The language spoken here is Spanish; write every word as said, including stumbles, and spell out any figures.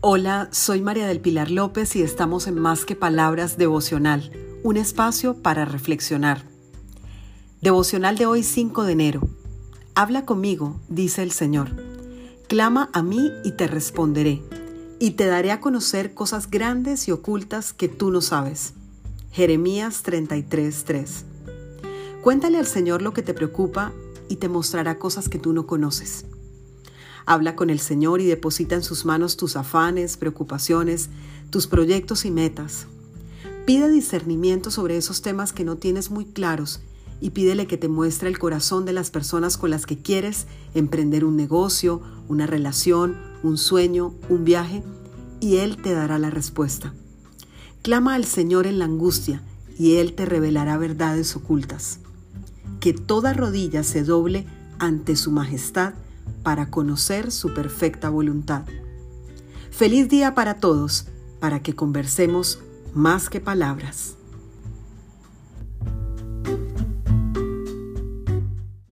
Hola, soy María del Pilar López y estamos en Más que Palabras Devocional, un espacio para reflexionar. Devocional de hoy, cinco de enero. Habla conmigo, dice el Señor. Clama a mí y te responderé, y te daré a conocer cosas grandes y ocultas que tú no sabes. Jeremías treinta y tres, tres. Cuéntale al Señor lo que te preocupa y te mostrará cosas que tú no conoces. Habla con el Señor y deposita en sus manos tus afanes, preocupaciones, tus proyectos y metas. Pide discernimiento sobre esos temas que no tienes muy claros y pídele que te muestre el corazón de las personas con las que quieres emprender un negocio, una relación, un sueño, un viaje, y Él te dará la respuesta. Clama al Señor en la angustia y Él te revelará verdades ocultas. Que toda rodilla se doble ante su majestad para conocer su perfecta voluntad. Feliz día para todos, para que conversemos más que palabras.